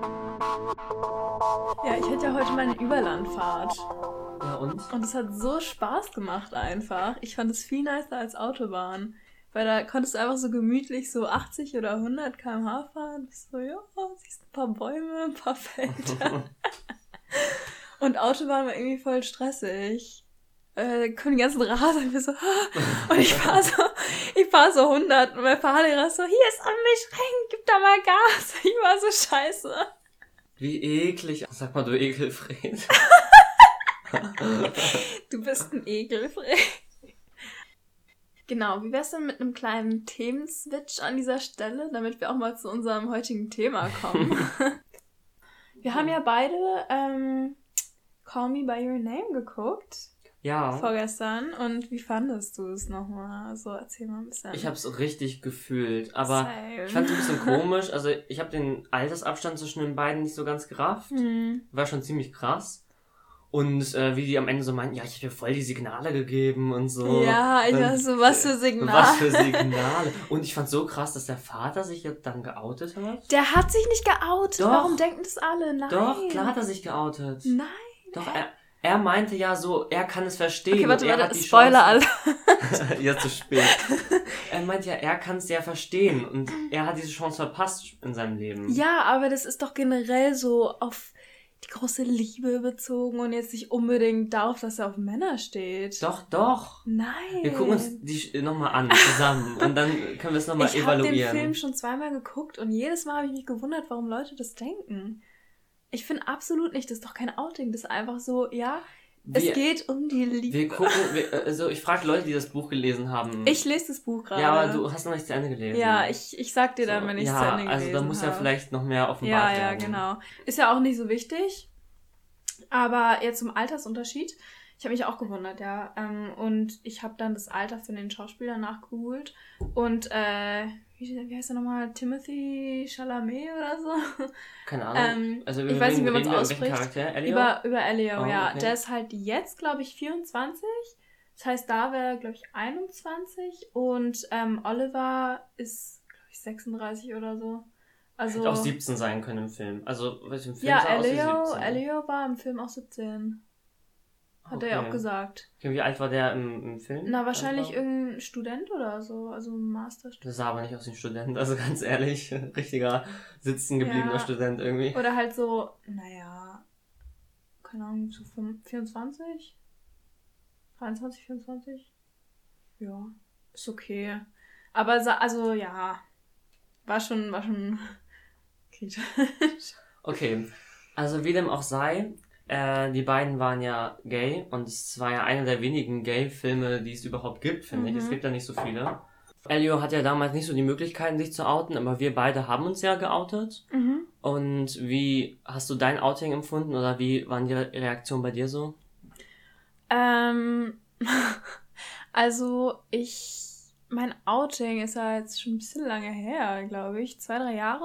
Ja, ich hatte ja heute meine Überlandfahrt. Ja, und? Und es hat so Spaß gemacht einfach. Ich fand es viel nicer als Autobahn. Weil da konntest du einfach so gemütlich so 80 oder 100 km/h fahren. So, ja, siehst ein paar Bäume, ein paar Felder. Und Autobahn war irgendwie voll stressig. Kommen die ganzen Raser und wir so, und ich fahr so 100 und mein Fahrlehrer ist so, hier ist unbeschränkt, gib da mal Gas. Ich war so scheiße. Wie eklig. Sag mal, du Ekelfred. Du bist ein Ekelfred. Genau, wie wär's denn mit einem kleinen Themenswitch an dieser Stelle, damit wir auch mal zu unserem heutigen Thema kommen? Wir haben ja beide Call Me By Your Name geguckt. Ja. Vorgestern. Und wie fandest du es nochmal? So, erzähl mal ein bisschen. Ich hab's richtig gefühlt, aber Same. ich fand's ein bisschen komisch. Also ich habe den Altersabstand zwischen den beiden nicht so ganz gerafft. War schon ziemlich krass. Und wie die am Ende so meinten, ja, ich habe dir voll die Signale gegeben und so. Ja, ich weiß so, was für Signale. Was für Signale. Und ich fand's so krass, dass der Vater sich jetzt dann geoutet hat. Der hat sich nicht geoutet. Doch. Warum denken das alle? Nein. Doch, klar hat er sich geoutet. Nein. Doch, er meinte ja so, er kann es verstehen. Okay, warte, hat die Spoiler alle. Jetzt zu spät. Er meint ja, er kann es ja verstehen und er hat diese Chance verpasst in seinem Leben. Ja, aber das ist doch generell so auf die große Liebe bezogen und jetzt nicht unbedingt darauf, dass er auf Männer steht. Doch. Nein. Wir gucken uns die nochmal an, zusammen. Und dann können wir es nochmal evaluieren. Ich habe den Film schon 2-mal geguckt und jedes Mal habe ich mich gewundert, warum Leute das denken. Ich finde absolut nicht, das ist doch kein Outing. Das ist einfach so, ja, es geht um die Liebe. Wir gucken, also ich frage Leute, die das Buch gelesen haben. Ich lese das Buch gerade. Ja, aber du hast noch nicht zu Ende gelesen. Ja, ich sag dir dann, wenn ich es zu Ende gelesen habe. Ja, also da muss ja vielleicht noch mehr offenbart werden. Ja, genau. Ist ja auch nicht so wichtig. Aber jetzt zum Altersunterschied. Ich habe mich auch gewundert, ja. Und ich habe dann das Alter von den Schauspielern nachgeholt. Und, wie heißt er nochmal? Timothy Chalamet oder so? Keine Ahnung. Also ich weiß nicht, wie man es ausspricht. Charakter? Elio? Über Elio, ja. Okay. Der ist halt jetzt, glaube ich, 24. Das heißt, da wäre, glaube ich, 21. Und Oliver ist, glaube ich, 36 oder so. Also, hätte auch 17 sein können im Film. Also, was im Film ja, sah aus wie 17. Elio war im Film auch 17. Hat er ja auch gesagt. Okay, wie alt war der im Film? Na, wahrscheinlich irgendein Student oder so. Also ein Masterstudent. Das sah aber nicht aus wie ein Student, also ganz ehrlich. Richtiger sitzen gebliebener Student irgendwie. Oder halt so, naja, keine Ahnung, so 24? 23, 24? Ja, ist okay. Aber also ja, war schon kritisch. Okay, also wie dem auch sei, die beiden waren ja gay und es war ja einer der wenigen Gay-Filme, die es überhaupt gibt, finde ich. Es gibt ja nicht so viele. Elio hat ja damals nicht so die Möglichkeiten, sich zu outen, aber wir beide haben uns ja geoutet. Und wie hast du dein Outing empfunden oder wie waren die Reaktionen bei dir so? Also mein Outing ist ja jetzt schon ein bisschen lange her, glaube ich, 2-3 Jahre.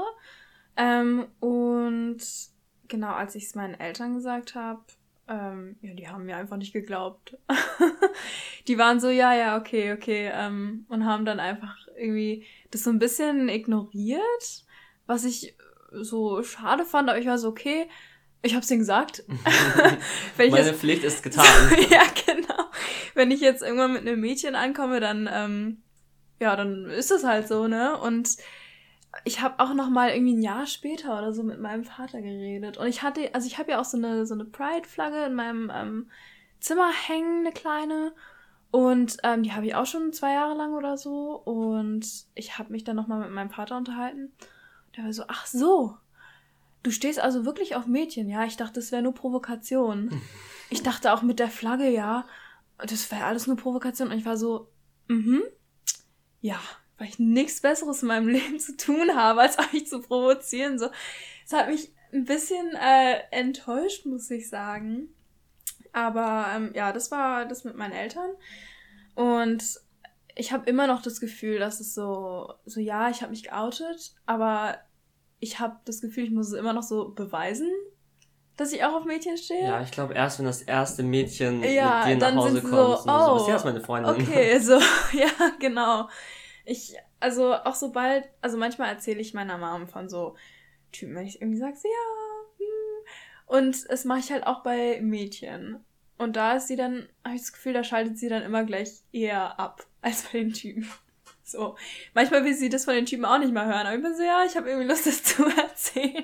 Und genau, als ich es meinen Eltern gesagt habe, ja, die haben mir einfach nicht geglaubt. Die waren so, ja, okay, und haben dann einfach irgendwie das so ein bisschen ignoriert, was ich so schade fand, aber ich war so, okay, ich hab's denen gesagt. Meine Pflicht ist getan. Ja, genau. Wenn ich jetzt irgendwann mit einem Mädchen ankomme, dann, dann ist es halt so, ne? Und ich habe auch noch mal irgendwie ein Jahr später oder so mit meinem Vater geredet. Und ich habe ja auch so eine Pride-Flagge in meinem Zimmer hängen, eine kleine. Und die habe ich auch schon 2 Jahre lang oder so. Und ich habe mich dann noch mal mit meinem Vater unterhalten. Der war so, ach so, du stehst also wirklich auf Mädchen? Ja, ich dachte, das wäre nur Provokation. Ich dachte auch mit der Flagge, ja, das wäre alles nur Provokation. Und ich war so, ja, weil ich nichts Besseres in meinem Leben zu tun habe, als euch zu provozieren. So, es hat mich ein bisschen enttäuscht, muss ich sagen. Aber das war das mit meinen Eltern. Und ich habe immer noch das Gefühl, dass es so ja, ich habe mich geoutet, aber ich habe das Gefühl, ich muss es immer noch so beweisen, dass ich auch auf Mädchen stehe. Ja, ich glaube erst, wenn das erste Mädchen mit dir dann nach Hause sind kommt. so, bist du erst meine Freundin. Okay, so, ja, genau. Also manchmal erzähle ich meiner Mom von so Typen, wenn ich irgendwie sage, so, ja. Und das mache ich halt auch bei Mädchen. Und da ist sie dann, habe ich das Gefühl, da schaltet sie dann immer gleich eher ab als bei den Typen. So. Manchmal will sie das von den Typen auch nicht mal hören. Aber ich bin so, ja, ich habe irgendwie Lust, das zu erzählen.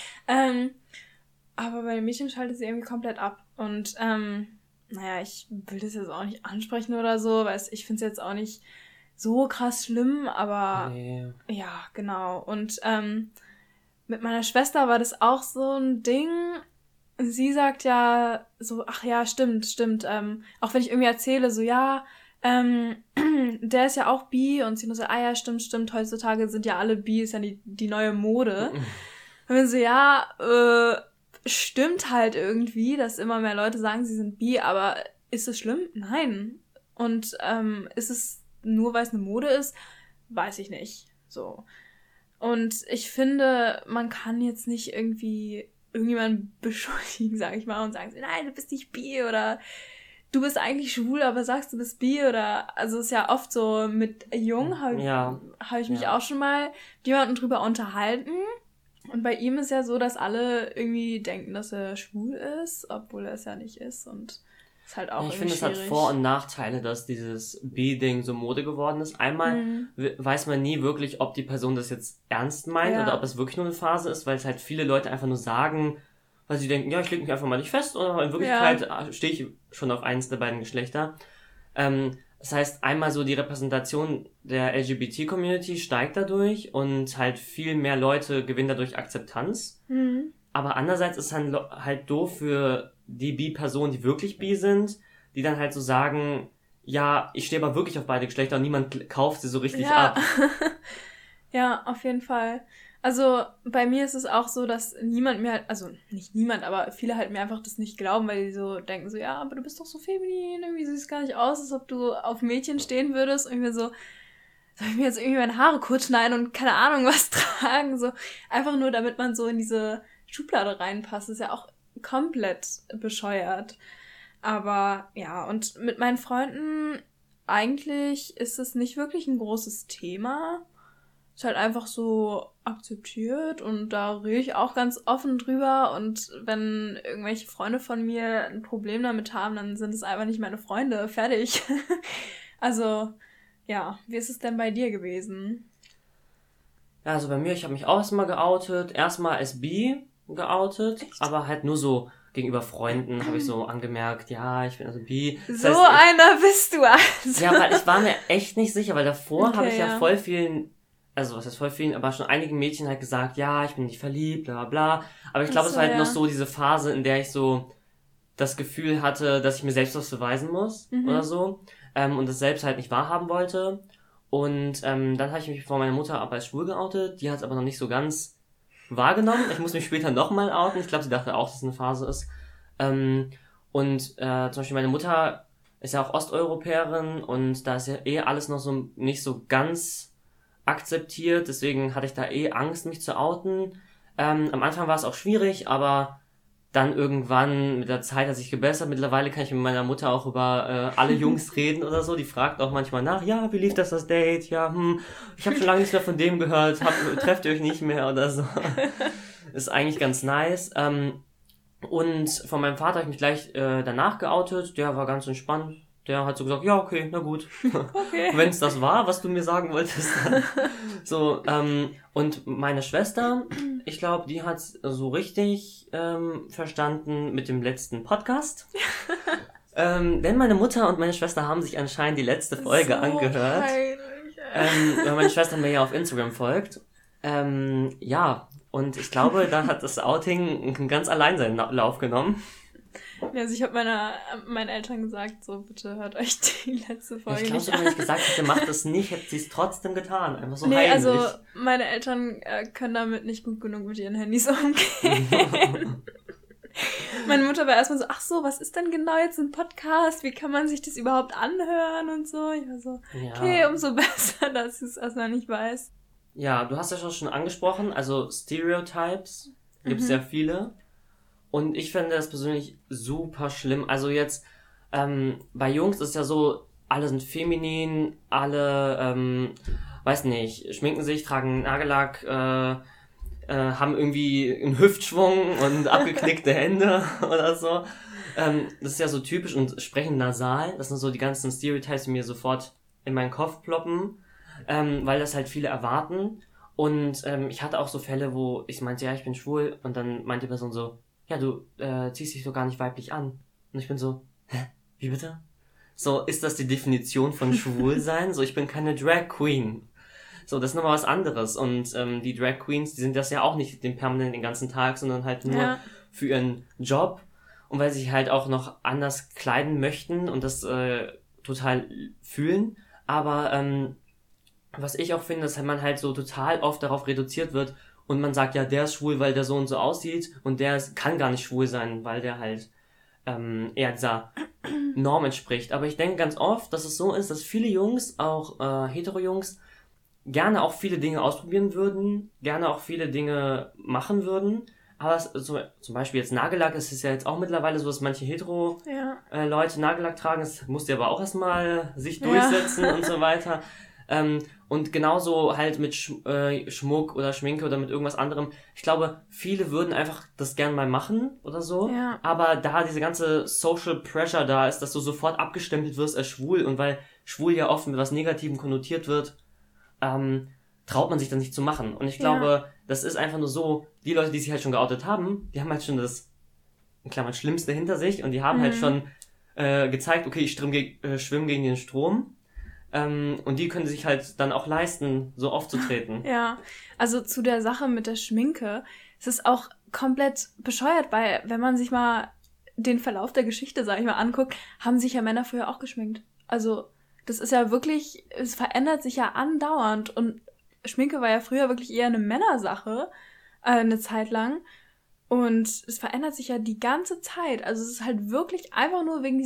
Aber bei den Mädchen schaltet sie irgendwie komplett ab. Und, naja, ich will das jetzt auch nicht ansprechen oder so, weil ich finde es jetzt auch nicht so krass schlimm, aber Nee. ja, genau. Und mit meiner Schwester war das auch so ein Ding. Sie sagt ja so, ach ja, stimmt. Auch wenn ich irgendwie erzähle, so, ja, der ist ja auch bi und sie nur so, ah ja, stimmt, heutzutage sind ja alle bi, ist ja die neue Mode. Und wir so, ja, stimmt halt irgendwie, dass immer mehr Leute sagen, sie sind bi, aber ist es schlimm? Nein. Und ist es nur, weil es eine Mode ist? Weiß ich nicht. So. Und ich finde, man kann jetzt nicht irgendjemanden beschuldigen, sag ich mal, und sagen, nein, du bist nicht bi oder du bist eigentlich schwul, aber sagst, du bist bi oder, also ist ja oft so mit Jung, hab ich mich auch schon mal mit jemandem drüber unterhalten. Und bei ihm ist ja so, dass alle irgendwie denken, dass er schwul ist, obwohl er es ja nicht ist und ist halt auch ich finde, es hat Vor- und Nachteile, dass dieses B-Ding so Mode geworden ist. Einmal weiß man nie wirklich, ob die Person das jetzt ernst meint oder ob es wirklich nur eine Phase ist, weil es halt viele Leute einfach nur sagen, weil sie denken, ja, ich leg mich einfach mal nicht fest, oder in Wirklichkeit stehe ich schon auf eins der beiden Geschlechter. Das heißt, einmal so die Repräsentation der LGBT-Community steigt dadurch und halt viel mehr Leute gewinnen dadurch Akzeptanz. Aber andererseits ist es dann halt doof für die Bi-Personen, die wirklich bi sind, die dann halt so sagen, ja, ich stehe aber wirklich auf beide Geschlechter und niemand kauft sie so richtig ab. Ja, auf jeden Fall. Also bei mir ist es auch so, dass niemand mir halt, also nicht niemand, aber viele halt mir einfach das nicht glauben, weil die so denken so, ja, aber du bist doch so feminin, irgendwie siehst es gar nicht aus, als ob du auf Mädchen stehen würdest. Und ich mir so, soll ich mir jetzt irgendwie meine Haare kurz schneiden und keine Ahnung was tragen? So einfach nur, damit man so in diese Schublade reinpasst. Das ist ja auch komplett bescheuert. Aber ja, und mit meinen Freunden eigentlich ist es nicht wirklich ein großes Thema. Ist halt einfach so akzeptiert und da rede ich auch ganz offen drüber und wenn irgendwelche Freunde von mir ein Problem damit haben, dann sind es einfach nicht meine Freunde. Fertig. Also, ja, wie ist es denn bei dir gewesen? Ja, also bei mir, ich habe mich auch erstmal geoutet. Erstmal als bi geoutet, echt? Aber halt nur so gegenüber Freunden habe ich so angemerkt, ja, ich bin also bi. Das heißt, einer bist du also. Ja, weil ich war mir echt nicht sicher, weil davor habe ich ja voll vielen, also was heißt voll vielen, aber schon einigen Mädchen halt gesagt, ja, ich bin nicht verliebt, bla bla bla. Aber ich glaube, es war halt noch so diese Phase, in der ich so das Gefühl hatte, dass ich mir selbst was beweisen muss oder so. Und das selbst halt nicht wahrhaben wollte. Und dann habe ich mich vor meiner Mutter aber als schwul geoutet. Die hat es aber noch nicht so ganz wahrgenommen. Ich muss mich später nochmal outen. Ich glaube, sie dachte auch, dass es eine Phase ist. Zum Beispiel meine Mutter ist ja auch Osteuropäerin und da ist ja alles noch so nicht so ganz akzeptiert. Deswegen hatte ich da Angst, mich zu outen. Am Anfang war es auch schwierig, aber dann irgendwann mit der Zeit hat sich gebessert. Mittlerweile kann ich mit meiner Mutter auch über alle Jungs reden oder so. Die fragt auch manchmal nach, ja, wie lief das Date? Ja, ich habe schon lange nichts mehr von dem gehört. Trefft ihr euch nicht mehr oder so. Ist eigentlich ganz nice. Und von meinem Vater habe ich mich gleich danach geoutet. Der war ganz entspannt. Der hat so gesagt, ja, okay, na gut. Okay. Wenn es das war, was du mir sagen wolltest. Dann. So, und meine Schwester, ich glaube, die hat so richtig verstanden mit dem letzten Podcast. Denn meine Mutter und meine Schwester haben sich anscheinend die letzte Folge so angehört. Weil meine Schwester mir ja auf Instagram folgt. Ja, und ich glaube, da hat das Outing ganz allein seinen Lauf genommen. Also ich habe meinen Eltern gesagt, so bitte hört euch die letzte Folge nicht an. Ich glaube, wenn ich gesagt hätte, macht das nicht, hätte sie es trotzdem getan. Einfach so heimlich. Also meine Eltern können damit nicht gut genug mit ihren Handys umgehen. Meine Mutter war erstmal so, ach so, was ist denn genau jetzt ein Podcast? Wie kann man sich das überhaupt anhören und so? Ich war so, okay, umso besser, dass ich es erstmal nicht weiß. Ja, du hast ja schon angesprochen, also Stereotypes gibt es ja viele. Und ich finde das persönlich super schlimm. Also jetzt, bei Jungs ist ja so, alle sind feminin, alle, weiß nicht, schminken sich, tragen Nagellack, haben irgendwie einen Hüftschwung und abgeknickte Hände oder so. Das ist ja so typisch und sprechen nasal. Das sind so die ganzen Stereotypes, die mir sofort in meinen Kopf ploppen, weil das halt viele erwarten. Und ich hatte auch so Fälle, wo ich meinte, ja, ich bin schwul, und dann meinte die Person so, ja, du ziehst dich so gar nicht weiblich an. Und ich bin so, hä, wie bitte? So, ist das die Definition von schwul sein? So, ich bin keine Drag Queen. So, das ist nochmal was anderes. Und die Drag Queens, die sind das ja auch nicht permanent den ganzen Tag, sondern halt nur für ihren Job. Und weil sie sich halt auch noch anders kleiden möchten und das total fühlen. Aber was ich auch finde, dass man halt so total oft darauf reduziert wird und man sagt, ja, der ist schwul, weil der so und so aussieht, und der kann gar nicht schwul sein, weil der halt eher dieser Norm entspricht. Aber ich denke ganz oft, dass es so ist, dass viele Jungs, auch Hetero-Jungs, gerne auch viele Dinge ausprobieren würden, gerne auch viele Dinge machen würden. Aber so, zum Beispiel jetzt Nagellack, es ist ja jetzt auch mittlerweile so, dass manche Hetero-Leute Nagellack tragen. Das musste aber auch erstmal sich durchsetzen und so weiter. Und genauso halt mit Schmuck oder Schminke oder mit irgendwas anderem. Ich glaube, viele würden einfach das gern mal machen oder so. Ja. Aber da diese ganze Social Pressure da ist, dass du sofort abgestempelt wirst als schwul, und weil schwul ja oft mit was Negativem konnotiert wird, traut man sich das nicht zu machen. Und ich glaube, das ist einfach nur so, die Leute, die sich halt schon geoutet haben, die haben halt schon das, in Klammern, Schlimmste hinter sich, und die haben halt schon gezeigt, okay, ich schwimme gegen den Strom. Und die können sich halt dann auch leisten, so aufzutreten. Ja, also zu der Sache mit der Schminke, es ist auch komplett bescheuert, weil wenn man sich mal den Verlauf der Geschichte, sag ich mal, anguckt, haben sich ja Männer früher auch geschminkt. Also das ist ja wirklich, es verändert sich ja andauernd, und Schminke war ja früher wirklich eher eine Männersache, eine Zeit lang, und es verändert sich ja die ganze Zeit. Also es ist halt wirklich einfach nur wegen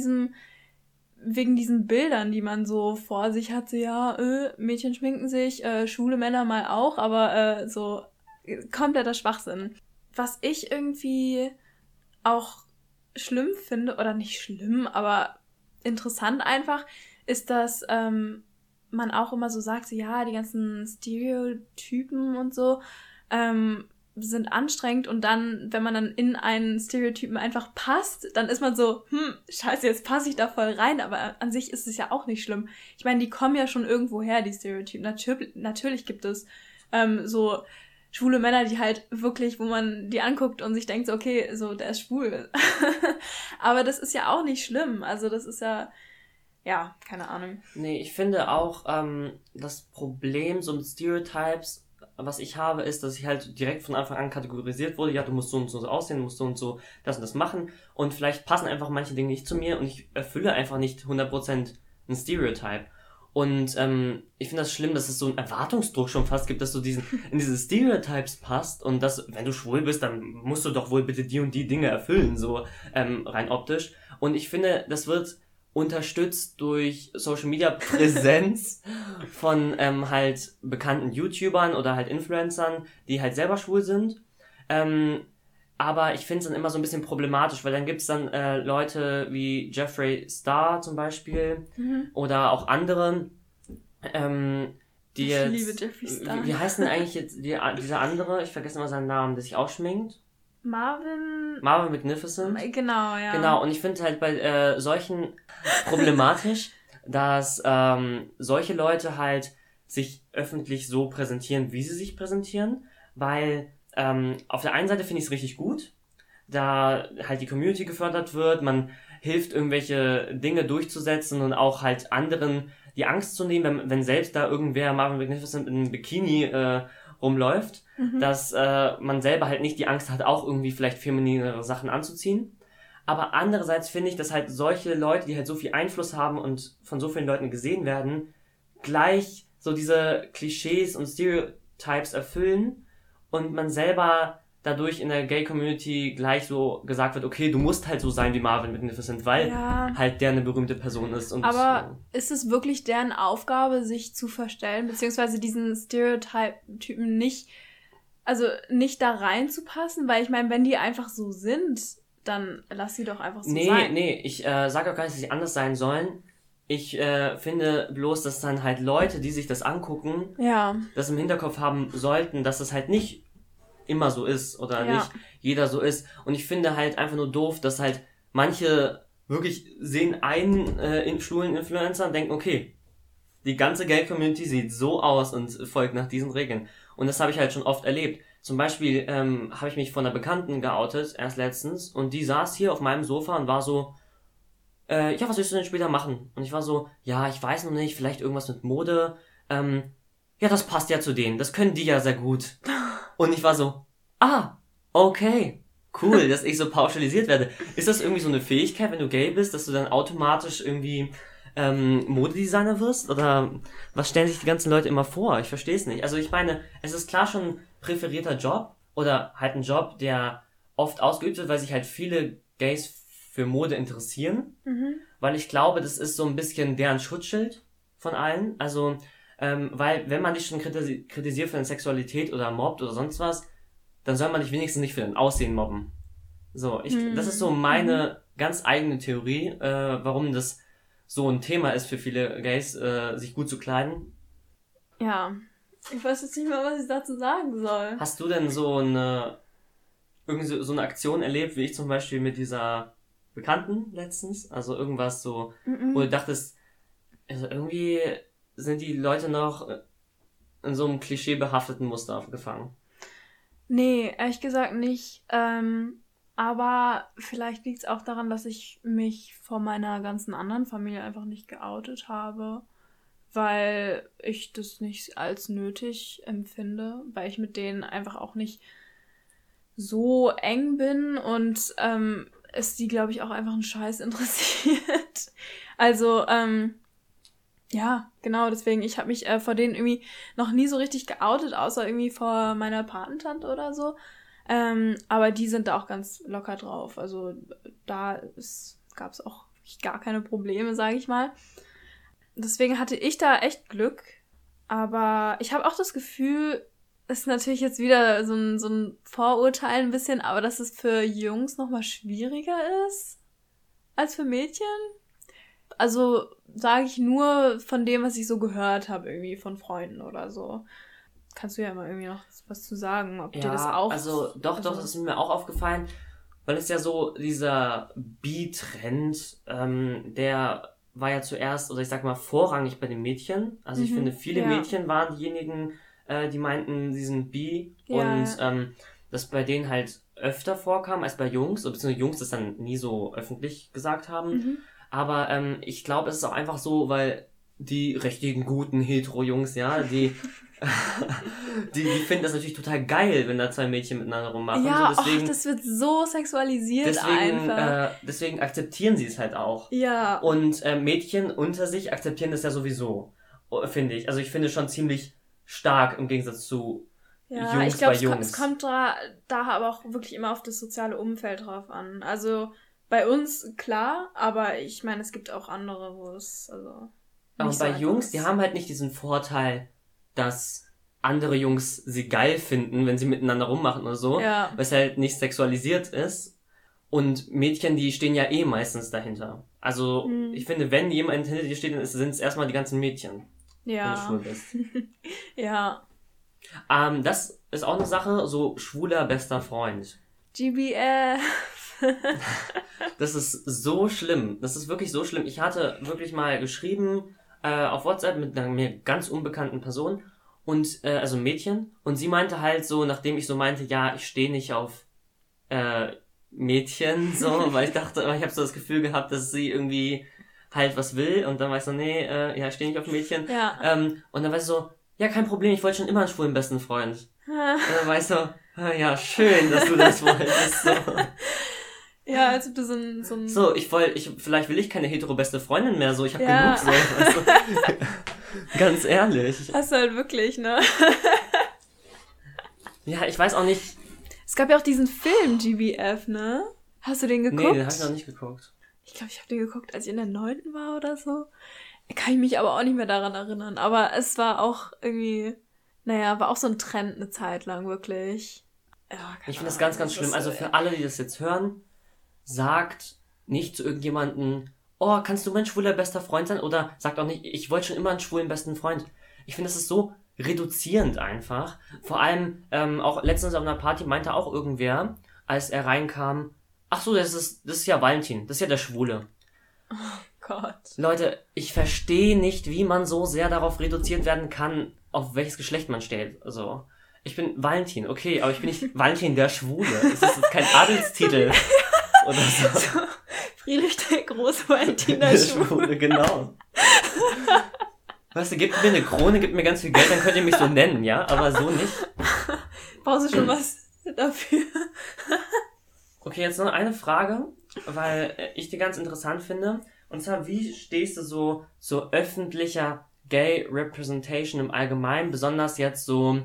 diesen Bildern, die man so vor sich hat, so ja, Mädchen schminken sich, schwule Männer mal auch, aber so kompletter Schwachsinn. Was ich irgendwie auch schlimm finde, oder nicht schlimm, aber interessant einfach, ist, dass man auch immer so sagt, so ja, die ganzen Stereotypen und so sind anstrengend, und dann, wenn man dann in einen Stereotypen einfach passt, dann ist man so, scheiße, jetzt passe ich da voll rein, aber an sich ist es ja auch nicht schlimm. Ich meine, die kommen ja schon irgendwo her, die Stereotypen. Natürlich gibt es so schwule Männer, die halt wirklich, wo man die anguckt und sich denkt so, okay, so, der ist schwul. Aber das ist ja auch nicht schlimm. Also das ist ja, keine Ahnung. Nee, ich finde auch, das Problem so mit Stereotypes, was ich habe, ist, dass ich halt direkt von Anfang an kategorisiert wurde, ja, du musst so und so aussehen, du musst so und so das und das machen, und vielleicht passen einfach manche Dinge nicht zu mir, und ich erfülle einfach nicht 100% ein Stereotype. Und ich finde das schlimm, dass es so einen Erwartungsdruck schon fast gibt, dass du in diese Stereotypes passt, und dass, wenn du schwul bist, dann musst du doch wohl bitte die und die Dinge erfüllen, so rein optisch. Und ich finde, das wird unterstützt durch Social Media Präsenz von halt bekannten YouTubern oder halt Influencern, die halt selber schwul sind. Aber ich finde es dann immer so ein bisschen problematisch, weil dann gibt's dann Leute wie Jeffree Star zum Beispiel oder auch andere, die jetzt... Ich liebe Jeffree Star. Wie heißt denn eigentlich jetzt dieser andere? Ich vergesse immer seinen Namen, der sich auch schminkt. Marvin Magnificent. Genau, ja. Genau, und ich finde halt bei solchen problematisch, dass solche Leute halt sich öffentlich so präsentieren, wie sie sich präsentieren, weil auf der einen Seite finde ich es richtig gut, da halt die Community gefördert wird, man hilft, irgendwelche Dinge durchzusetzen und auch halt anderen die Angst zu nehmen, wenn selbst da irgendwer Marvin Magnificent in einem Bikini rumläuft, dass man selber halt nicht die Angst hat, auch irgendwie vielleicht femininere Sachen anzuziehen. Aber andererseits finde ich, dass halt solche Leute, die halt so viel Einfluss haben und von so vielen Leuten gesehen werden, gleich so diese Klischees und Stereotypes erfüllen und man selber dadurch in der Gay-Community gleich so gesagt wird, okay, du musst halt so sein wie Marvin Magnificent, weil halt der eine berühmte Person ist. Und aber ist es wirklich deren Aufgabe, sich zu verstellen, beziehungsweise diesen Stereotypen nicht da reinzupassen? Weil ich meine, wenn die einfach so sind, dann lass sie doch einfach so sein. Nee, ich sage auch gar nicht, dass sie anders sein sollen. Ich finde bloß, dass dann halt Leute, die sich das angucken, das im Hinterkopf haben sollten, dass das halt nicht immer so ist oder nicht jeder so ist. Und ich finde halt einfach nur doof, dass halt manche wirklich sehen einen schwulen Influencer und denken, okay, die ganze Gay-Community sieht so aus und folgt nach diesen Regeln. Und das habe ich halt schon oft erlebt. Zum Beispiel habe ich mich von einer Bekannten geoutet, erst letztens, und die saß hier auf meinem Sofa und war so, ja, was willst du denn später machen? Und ich war so, ja, ich weiß noch nicht, vielleicht irgendwas mit Mode. Ja, das passt ja zu denen, das können die ja sehr gut. Und ich war so, okay, cool, dass ich so pauschalisiert werde. Ist das irgendwie so eine Fähigkeit, wenn du gay bist, dass du dann automatisch irgendwie Modedesigner wirst? Oder was stellen sich die ganzen Leute immer vor? Ich verstehe es nicht. Also ich meine, es ist klar schon ein präferierter Job oder halt ein Job, der oft ausgeübt wird, weil sich halt viele Gays für Mode interessieren. Weil ich glaube, das ist so ein bisschen deren Schutzschild von allen. Also, weil wenn man dich schon kritisiert für deine Sexualität oder mobbt oder sonst was, dann soll man dich wenigstens nicht für dein Aussehen mobben. So, das ist so meine ganz eigene Theorie, warum das so ein Thema ist für viele Gays, sich gut zu kleiden. Ja, ich weiß jetzt nicht mehr, was ich dazu sagen soll. Hast du denn so eine Aktion erlebt, wie ich zum Beispiel mit dieser Bekannten letztens? Also irgendwas so, wo du dachtest, also irgendwie sind die Leute noch in so einem klischeebehafteten Muster gefangen. Nee, ehrlich gesagt nicht. Aber vielleicht liegt es auch daran, dass ich mich vor meiner ganzen anderen Familie einfach nicht geoutet habe, weil ich das nicht als nötig empfinde, weil ich mit denen einfach auch nicht so eng bin und es die, glaube ich, auch einfach einen Scheiß interessiert. Also, ja, genau, deswegen, ich habe mich vor denen irgendwie noch nie so richtig geoutet, außer irgendwie vor meiner Patentante oder so. Aber die sind da auch ganz locker drauf. Also da gab es auch gar keine Probleme, sage ich mal. Deswegen hatte ich da echt Glück. Aber ich habe auch das Gefühl, ist natürlich jetzt wieder so ein Vorurteil ein bisschen, aber dass es für Jungs nochmal schwieriger ist als für Mädchen. Also sage ich nur von dem, was ich so gehört habe, irgendwie von Freunden oder so. Kannst du ja immer irgendwie noch was zu sagen, ob dir das auch... Also doch, das ist mir auch aufgefallen, weil es ja so dieser Bi-Trend, der war ja zuerst, oder ich sag mal, vorrangig bei den Mädchen. Also ich finde, viele Mädchen waren diejenigen, die meinten, sie sind bi und das bei denen halt öfter vorkam als bei Jungs, beziehungsweise Jungs das dann nie so öffentlich gesagt haben. Aber ich glaube, es ist auch einfach so, weil die richtigen, guten Hetero-Jungs, ja, die finden das natürlich total geil, wenn da zwei Mädchen miteinander rummachen. Ja, so, deswegen, das wird so sexualisiert einfach. Deswegen akzeptieren sie es halt auch. Ja. Und Mädchen unter sich akzeptieren das ja sowieso, finde ich. Also ich finde schon ziemlich stark im Gegensatz zu Jungs bei Jungs. Es kommt da aber auch wirklich immer auf das soziale Umfeld drauf an. Also bei uns, klar, aber ich meine, es gibt auch andere, wo es aber bei Jungs, die haben halt nicht diesen Vorteil, dass andere Jungs sie geil finden, wenn sie miteinander rummachen oder so, weil es halt nicht sexualisiert ist. Und Mädchen, die stehen ja eh meistens dahinter. Also ich finde, wenn jemand hinter dir steht, dann sind es erstmal die ganzen Mädchen, wenn du schwul bist. Ja. Das ist auch eine Sache, so schwuler bester Freund. GBF. Das ist so schlimm. Das ist wirklich so schlimm. Ich hatte wirklich mal geschrieben auf WhatsApp mit einer mir ganz unbekannten Person und also ein Mädchen, und sie meinte halt so, nachdem ich so meinte, ja, ich stehe nicht auf Mädchen, so, weil ich dachte, ich habe so das Gefühl gehabt, dass sie irgendwie halt was will, und dann war ich so, nee, ja, ich stehe nicht auf Mädchen. Ja. Und dann war ich so, ja, kein Problem, ich wollte schon immer einen schwulen besten Freund. Und dann war ich so, ja, schön, dass du das wolltest. So. Ja, als ob du so ein... So, vielleicht will ich keine hetero-beste Freundin mehr, so, ich habe genug, so. Also, ganz ehrlich. Hast du halt wirklich, ne? Ja, ich weiß auch nicht. Es gab ja auch diesen Film, GBF, ne? Hast du den geguckt? Nee, den habe ich noch nicht geguckt. Ich glaube, ich habe den geguckt, als ich in der 9. war oder so. Kann ich mich aber auch nicht mehr daran erinnern. Aber es war auch irgendwie, war auch so ein Trend eine Zeit lang, wirklich. Ja, ich finde das ganz, ganz schlimm. Also für alle, die das jetzt hören, sagt nicht zu irgendjemandem, oh, kannst du mein schwuler bester Freund sein? Oder sagt auch nicht, ich wollte schon immer einen schwulen besten Freund. Ich finde, das ist so reduzierend einfach. Vor allem, auch letztens auf einer Party meinte auch irgendwer, als er reinkam, ach so, das ist ja Valentin, das ist ja der Schwule. Oh Gott. Leute, ich verstehe nicht, wie man so sehr darauf reduziert werden kann, auf welches Geschlecht man steht. Also, ich bin Valentin, okay, aber ich bin nicht Valentin der Schwule. Das ist kein Adelstitel. Oder so. Friedrich der Große, Valentin der Schwule. Genau. Weißt du, gebt mir eine Krone, gebt mir ganz viel Geld, dann könnt ihr mich so nennen, ja? Aber so nicht. Brauchst du schon was dafür? Okay, jetzt noch eine Frage, weil ich die ganz interessant finde. Und zwar, wie stehst du so zu öffentlicher Gay Representation im Allgemeinen, besonders jetzt so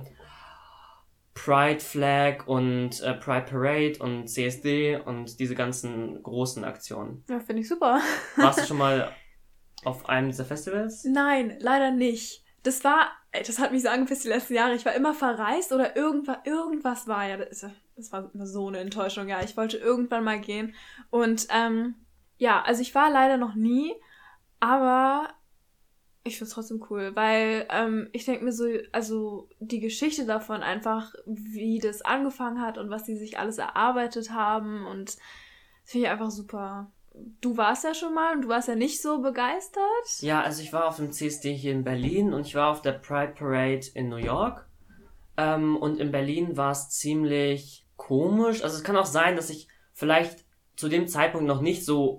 Pride Flag und Pride Parade und CSD und diese ganzen großen Aktionen? Ja, finde ich super. Warst du schon mal auf einem dieser Festivals? Nein, leider nicht. Das hat mich so angepisst die letzten Jahre. Ich war immer verreist oder irgendwas war. Ja, das war immer so eine Enttäuschung. Ja, ich wollte irgendwann mal gehen. Und ja, also ich war leider noch nie, aber ich find's trotzdem cool, weil ich denke mir so, also die Geschichte davon einfach, wie das angefangen hat und was die sich alles erarbeitet haben, und das finde ich einfach super. Du warst ja schon mal und du warst ja nicht so begeistert. Ja, also ich war auf dem CSD hier in Berlin und ich war auf der Pride Parade in New York. Und in Berlin war es ziemlich komisch. Also es kann auch sein, dass ich vielleicht zu dem Zeitpunkt noch nicht so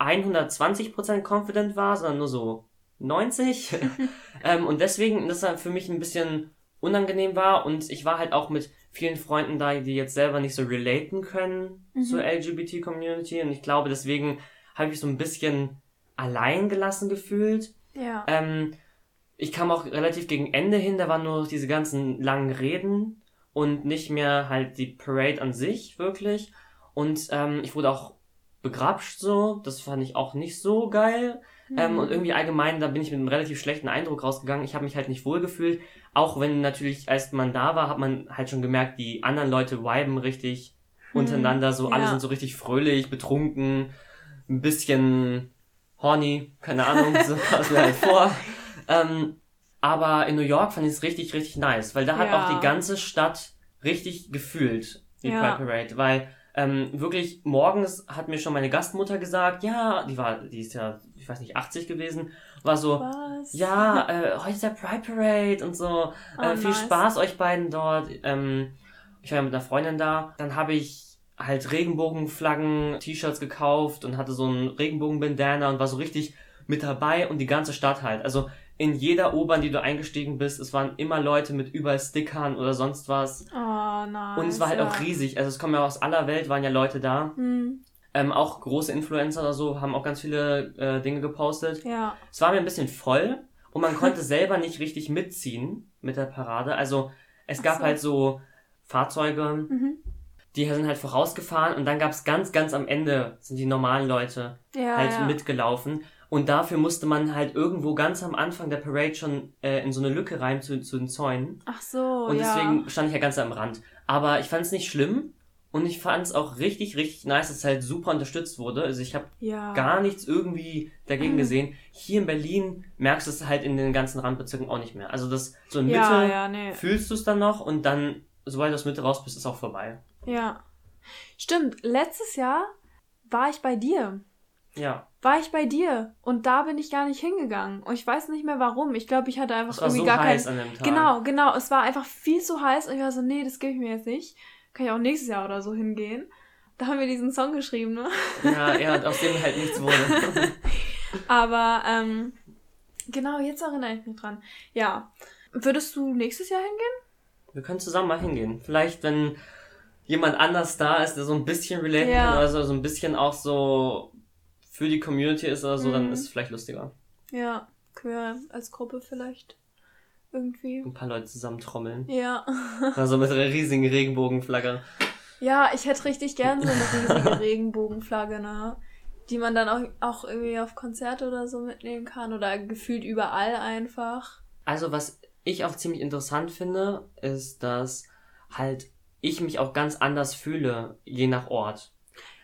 120% confident war, sondern nur so 90. Und deswegen das dann für mich ein bisschen unangenehm war. Und ich war halt auch mit vielen Freunden da, die jetzt selber nicht so relaten können zur LGBT-Community. Und ich glaube, deswegen habe ich mich so ein bisschen allein gelassen gefühlt. Ja. Ich kam auch relativ gegen Ende hin, da waren nur noch diese ganzen langen Reden und nicht mehr halt die Parade an sich wirklich. Und ich wurde auch begrapscht so, das fand ich auch nicht so geil. Und irgendwie allgemein, da bin ich mit einem relativ schlechten Eindruck rausgegangen. Ich habe mich halt nicht wohl gefühlt. Auch wenn natürlich, als man da war, hat man halt schon gemerkt, die anderen Leute viben richtig untereinander. So, alle sind so richtig fröhlich, betrunken, ein bisschen horny, keine Ahnung, so kam es mir halt vor. Aber in New York fand ich es richtig, richtig nice, weil da hat auch die ganze Stadt richtig gefühlt, die Pride Parade, weil wirklich morgens hat mir schon meine Gastmutter gesagt, ja, die ist ja, ich weiß nicht, 80 gewesen, war so, Was? ja, heute ist der Pride Parade und so, viel nice. Spaß euch beiden dort. Ich war ja mit einer Freundin da, dann habe ich halt Regenbogenflaggen, T-Shirts gekauft und hatte so einen Regenbogenbandana und war so richtig mit dabei und die ganze Stadt halt, also in jeder U-Bahn, die du eingestiegen bist, es waren immer Leute mit überall Stickern oder sonst was. Oh, nice. Und es war halt auch riesig. Also es kommen ja aus aller Welt, waren ja Leute da. Auch große Influencer oder so, haben auch ganz viele Dinge gepostet. Ja. Es war mir ein bisschen voll und man konnte selber nicht richtig mitziehen mit der Parade. Also es gab halt so Fahrzeuge, die sind halt vorausgefahren und dann gab es ganz, ganz am Ende sind die normalen Leute mitgelaufen. Und dafür musste man halt irgendwo ganz am Anfang der Parade schon in so eine Lücke rein zu den Zäunen. Ach so, und deswegen stand ich ja ganz am Rand. Aber ich fand es nicht schlimm und ich fand es auch richtig, richtig nice, dass es halt super unterstützt wurde. Also ich habe gar nichts irgendwie dagegen gesehen. Hier in Berlin merkst du es halt in den ganzen Randbezirken auch nicht mehr. Also das so in Mitte fühlst du es dann noch und dann, sobald du aus Mitte raus bist, ist es auch vorbei. Ja. Stimmt, letztes Jahr war ich bei dir. Ja. Und da bin ich gar nicht hingegangen. Und ich weiß nicht mehr warum. Ich glaube, ich hatte einfach es war irgendwie so gar heiß kein... an dem Tag. Genau. Es war einfach viel zu heiß. Und ich war so, nee, das gebe ich mir jetzt nicht. Kann ich auch nächstes Jahr oder so hingehen. Da haben wir diesen Song geschrieben, ne? Ja, und aus dem halt nichts wurde. Aber, genau, jetzt erinnere ich mich dran. Ja. Würdest du nächstes Jahr hingehen? Wir können zusammen mal hingehen. Vielleicht, wenn jemand anders da ist, der so ein bisschen relaten kann oder so ein bisschen auch so für die Community ist oder so, dann ist es vielleicht lustiger. Ja, queer als Gruppe vielleicht. Irgendwie. Ein paar Leute zusammen trommeln. Ja. Also mit einer riesigen Regenbogenflagge. Ja, ich hätte richtig gern so eine riesige Regenbogenflagge, ne? Die man dann auch irgendwie auf Konzerte oder so mitnehmen kann oder gefühlt überall einfach. Also was ich auch ziemlich interessant finde, ist, dass halt ich mich auch ganz anders fühle, je nach Ort.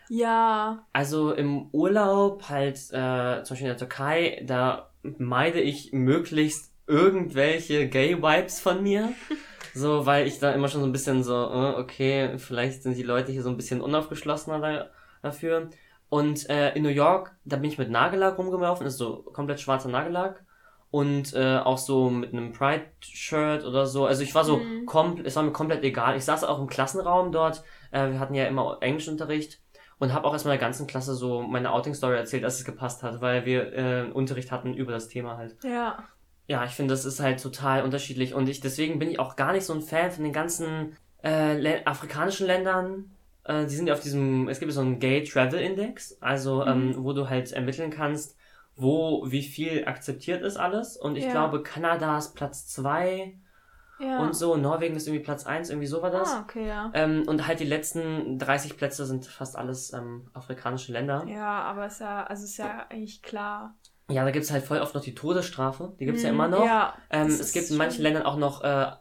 Ja. Also im Urlaub halt, zum Beispiel in der Türkei, da meide ich möglichst irgendwelche Gay-Vibes von mir. So, weil ich da immer schon so ein bisschen so, okay, vielleicht sind die Leute hier so ein bisschen unaufgeschlossener dafür. Und in New York, da bin ich mit Nagellack rumgelaufen, ist so komplett schwarzer Nagellack. Und auch so mit einem Pride-Shirt oder so. Also ich war so, es war mir komplett egal. Ich saß auch im Klassenraum dort. Wir hatten ja immer Englischunterricht. Und habe auch erstmal der ganzen Klasse so meine Outing-Story erzählt, dass es gepasst hat, weil wir Unterricht hatten über das Thema halt. Ja. Ja, ich finde, das ist halt total unterschiedlich. Und deswegen bin ich auch gar nicht so ein Fan von den ganzen afrikanischen Ländern. Die sind ja auf es gibt so einen Gay Travel Index, also wo du halt ermitteln kannst, wie viel akzeptiert ist alles. Und ich glaube, Kanada ist Platz 2 und so. Norwegen ist irgendwie Platz 1, irgendwie so war das. Ah, okay, ja. Und halt die letzten 30 Plätze sind fast alles afrikanische Länder. Ja, aber ist ja eigentlich klar. Ja, da gibt's halt voll oft noch die Todesstrafe. Die gibt's ja immer noch. Ja, es gibt in manchen Ländern auch noch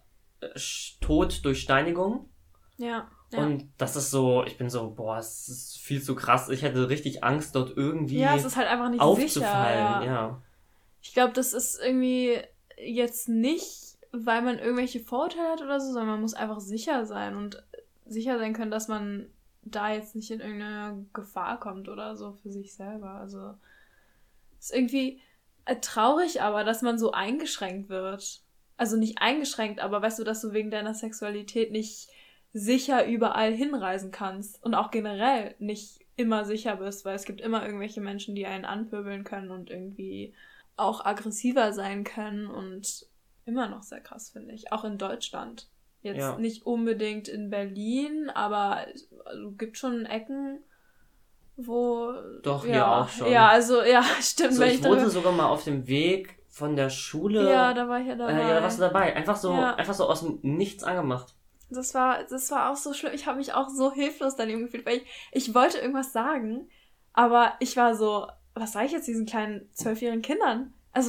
Tod durch Steinigung. Ja. Und das ist so, ich bin so, es ist viel zu krass. Ich hätte richtig Angst, dort irgendwie es ist halt einfach nicht aufzufallen. Sicher, ja. Ich glaube, das ist irgendwie jetzt nicht, weil man irgendwelche Vorurteile hat oder so, sondern man muss einfach sicher sein und sicher sein können, dass man da jetzt nicht in irgendeine Gefahr kommt oder so für sich selber. Also ist irgendwie traurig aber, dass man so eingeschränkt wird. Also nicht eingeschränkt, aber weißt du, dass du wegen deiner Sexualität nicht sicher überall hinreisen kannst und auch generell nicht immer sicher bist, weil es gibt immer irgendwelche Menschen, die einen anpöbeln können und irgendwie auch aggressiver sein können und immer noch sehr krass, finde ich. Auch in Deutschland. Jetzt nicht unbedingt in Berlin, aber es gibt schon Ecken, wo... Doch, hier auch schon. Ja, also, stimmt. So, ich wurde sogar mal auf dem Weg von der Schule... Ja, da war ich ja dabei. Ja, da warst du dabei. Einfach so aus dem Nichts angemacht. Das war auch so schlimm. Ich habe mich auch so hilflos daneben gefühlt, weil ich wollte irgendwas sagen, aber ich war so, was sage ich jetzt diesen kleinen 12-jährigen Kindern? Es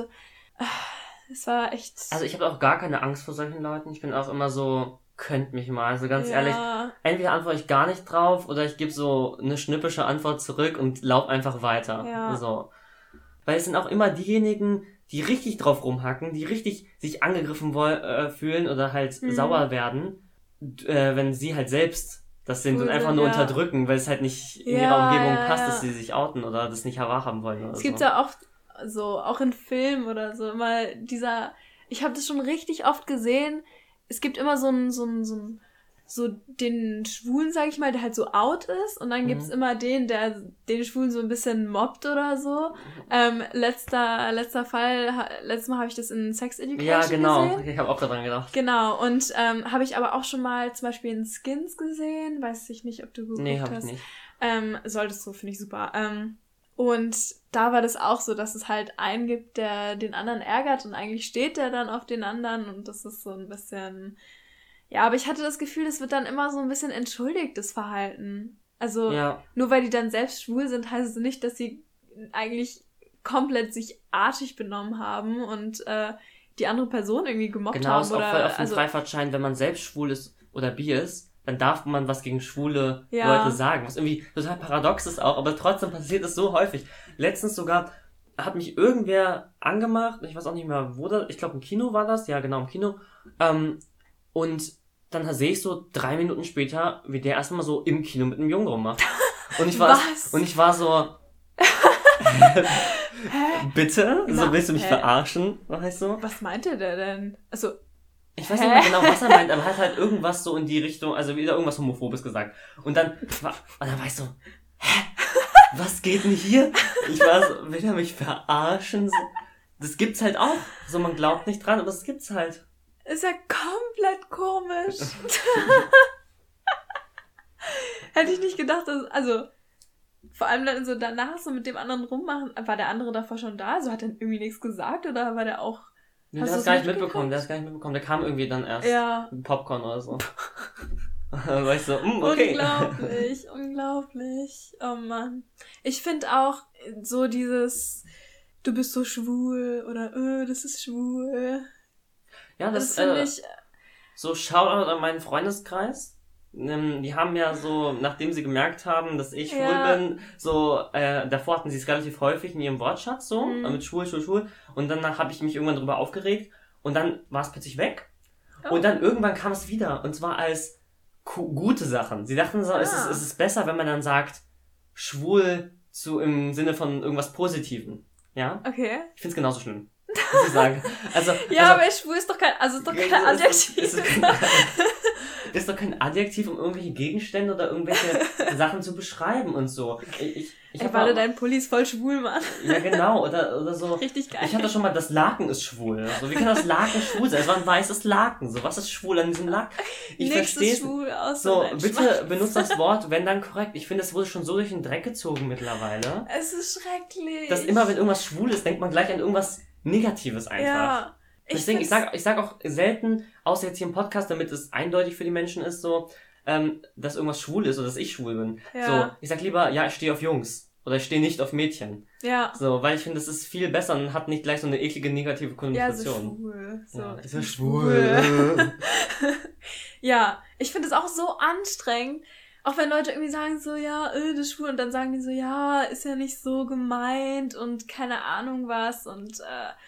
war echt... Also ich habe auch gar keine Angst vor solchen Leuten. Ich bin auch immer so, könnt mich mal. Also ganz ehrlich, entweder antworte ich gar nicht drauf oder ich gebe so eine schnippische Antwort zurück und lauf einfach weiter. Ja. So. Weil es sind auch immer diejenigen, die richtig drauf rumhacken, die richtig sich angegriffen fühlen oder halt sauer werden, wenn sie halt selbst das sind und einfach nur unterdrücken, weil es halt nicht in ihrer Umgebung passt, dass sie sich outen oder das nicht wahrhaben wollen. Oder es gibt ja oft so, auch in Filmen oder so, immer ich habe das schon richtig oft gesehen, es gibt immer so den Schwulen, sag ich mal, der halt so out ist und dann gibt's immer der den Schwulen so ein bisschen mobbt oder so. Letzter Fall, letztes Mal habe ich das in Sex Education gesehen. Ja, genau, ich habe auch daran gedacht. Genau, und habe ich aber auch schon mal zum Beispiel in Skins gesehen, weiß ich nicht, ob du geguckt hast. Nee, hab ich nicht. Solltest du, finde ich super. Und da war das auch so, dass es halt einen gibt, der den anderen ärgert und eigentlich steht der dann auf den anderen und das ist so ein bisschen... Ja, aber ich hatte das Gefühl, es wird dann immer so ein bisschen entschuldigtes Verhalten. Also, nur weil die dann selbst schwul sind, heißt es nicht, dass sie eigentlich komplett sich artig benommen haben und die andere Person irgendwie gemobbt haben. Genau, ist auch voll auf dem Freifahrtschein, wenn man selbst schwul ist oder bi ist, dann darf man was gegen schwule Leute sagen. Was irgendwie total paradox ist auch, aber trotzdem passiert es so häufig. Letztens sogar hat mich irgendwer angemacht, ich weiß auch nicht mehr, wo das, ich glaube im Kino war das, ja genau, im Kino, und dann sehe ich so 3 Minuten später, wie der erstmal so im Kino mit einem Jungen rummacht. Und ich war so, bitte? So, willst du mich verarschen? Weißt du? Was meinte der denn? Also, ich weiß nicht mehr genau, was er meint, aber er hat halt irgendwas so in die Richtung, also wieder irgendwas Homophobes gesagt. Und dann war ich so, was geht denn hier? Ich war so, will er mich verarschen? Das gibt's halt auch. So, man glaubt nicht dran, aber das gibt's halt. Ist ja komplett komisch. Hätte ich nicht gedacht, vor allem dann so danach so mit dem anderen rummachen, war der andere davor schon da? Also hat er irgendwie nichts gesagt oder war der auch... Nee, der hat es gar nicht mitbekommen, der kam irgendwie dann erst. Ja. Popcorn oder so. Da war ich so, okay. Unglaublich. Oh Mann. Ich finde auch so dieses, du bist so schwul oder das ist schwul. Ja, das finde ich... So Shoutout an meinen Freundeskreis. die haben ja so, nachdem sie gemerkt haben, dass ich schwul bin, so, davor hatten sie es relativ häufig in ihrem Wortschatz so, mit schwul. Und danach habe ich mich irgendwann drüber aufgeregt und dann war es plötzlich weg. Oh. Und dann irgendwann kam es wieder und zwar als gute Sachen. Sie dachten so, es ist besser, wenn man dann sagt, schwul im Sinne von irgendwas Positivem. Ja? Okay. Ich find's genauso schlimm. Muss ich sagen. Aber schwul ist doch kein Adjektiv. Ist doch kein Adjektiv, um irgendwelche Gegenstände oder irgendwelche Sachen zu beschreiben und so. Warte, dein Pulli ist voll schwul, Mann. Ja, genau. Oder so. Richtig geil. Ich hatte schon mal, das Laken ist schwul. Also, wie kann das Laken schwul sein? Es war ein weißes Laken. So, was ist schwul an diesem Laken? Ich verstehe es. Schwul aus. So, bitte benutzt das Wort, wenn dann korrekt. Ich finde, es wurde schon so durch den Dreck gezogen mittlerweile. Es ist schrecklich. Dass immer, wenn irgendwas schwul ist, denkt man gleich an irgendwas Negatives einfach. Ja. Deswegen, ich sag auch selten, außer jetzt hier im Podcast, damit es eindeutig für die Menschen ist, so, dass irgendwas schwul ist oder dass ich schwul bin. Ja. So, ich sag lieber, ja, ich stehe auf Jungs. Oder ich stehe nicht auf Mädchen. Ja. So, weil ich finde, das ist viel besser und hat nicht gleich so eine eklige negative Konnotation. Ja, so schwul. So, ja, ist ja schwul. Ja, ich finde es auch so anstrengend. Auch wenn Leute irgendwie sagen so, ja, das ist schwul. Und dann sagen die so, ja, ist ja nicht so gemeint und keine Ahnung was. Und,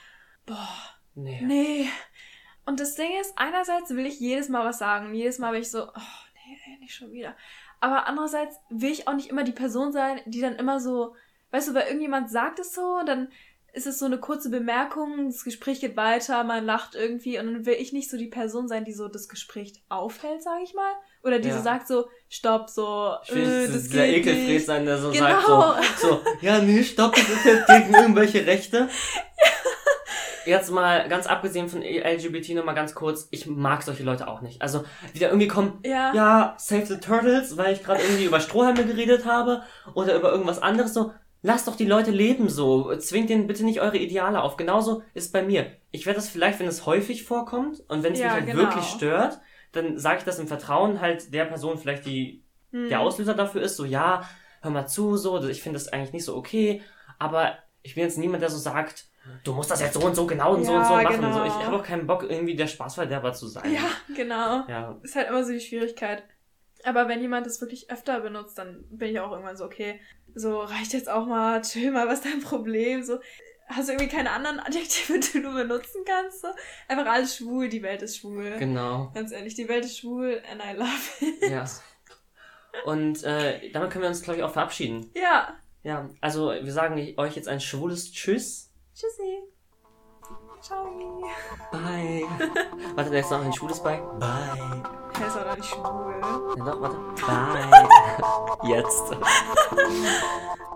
Nee. Und das Ding ist, einerseits will ich jedes Mal was sagen. Und jedes Mal bin ich so, nicht schon wieder. Aber andererseits will ich auch nicht immer die Person sein, die dann immer so, weißt du, weil irgendjemand sagt es so, dann ist es so eine kurze Bemerkung, das Gespräch geht weiter, man lacht irgendwie und dann will ich nicht so die Person sein, die so das Gespräch aufhält, sage ich mal. Oder die so sagt so, stopp, so, das geht der Ekelfred sein, der so sagt so, ja, nee, stopp, das ist jetzt gegen irgendwelche Rechte. Jetzt mal, ganz abgesehen von LGBT, nochmal ganz kurz, ich mag solche Leute auch nicht. Also, die da irgendwie kommen, ja, save the turtles, weil ich gerade irgendwie über Strohhalme geredet habe oder über irgendwas anderes, so, lasst doch die Leute leben so, zwingt denen bitte nicht eure Ideale auf. Genauso ist es bei mir. Ich werde das vielleicht, wenn es häufig vorkommt und wenn es mich halt wirklich stört, dann sage ich das im Vertrauen halt der Person vielleicht, die der Auslöser dafür ist, so, ja, hör mal zu, so, ich finde das eigentlich nicht so okay, aber ich bin jetzt niemand, der so sagt, du musst das jetzt so und so genau und so und so machen. Genau. So, ich habe auch keinen Bock, irgendwie der Spaßverderber zu sein. Ja, genau. Ja. Ist halt immer so die Schwierigkeit. Aber wenn jemand das wirklich öfter benutzt, dann bin ich auch irgendwann so, okay, so reicht jetzt auch mal, chill mal, was ist dein Problem? So, hast du irgendwie keine anderen Adjektive, die du benutzen kannst? So? Einfach alles schwul, die Welt ist schwul. Genau. Ganz ehrlich, die Welt ist schwul and I love it. Ja. Und damit können wir uns, glaube ich, auch verabschieden. Ja. Ja, also wir sagen euch jetzt ein schwules Tschüss. Tschüssi. Ciao. Bye. Warte, da ist noch ein schwules Bye. Bye. Der ist aber nicht schwul. Ja, doch, warte. Bye. Jetzt.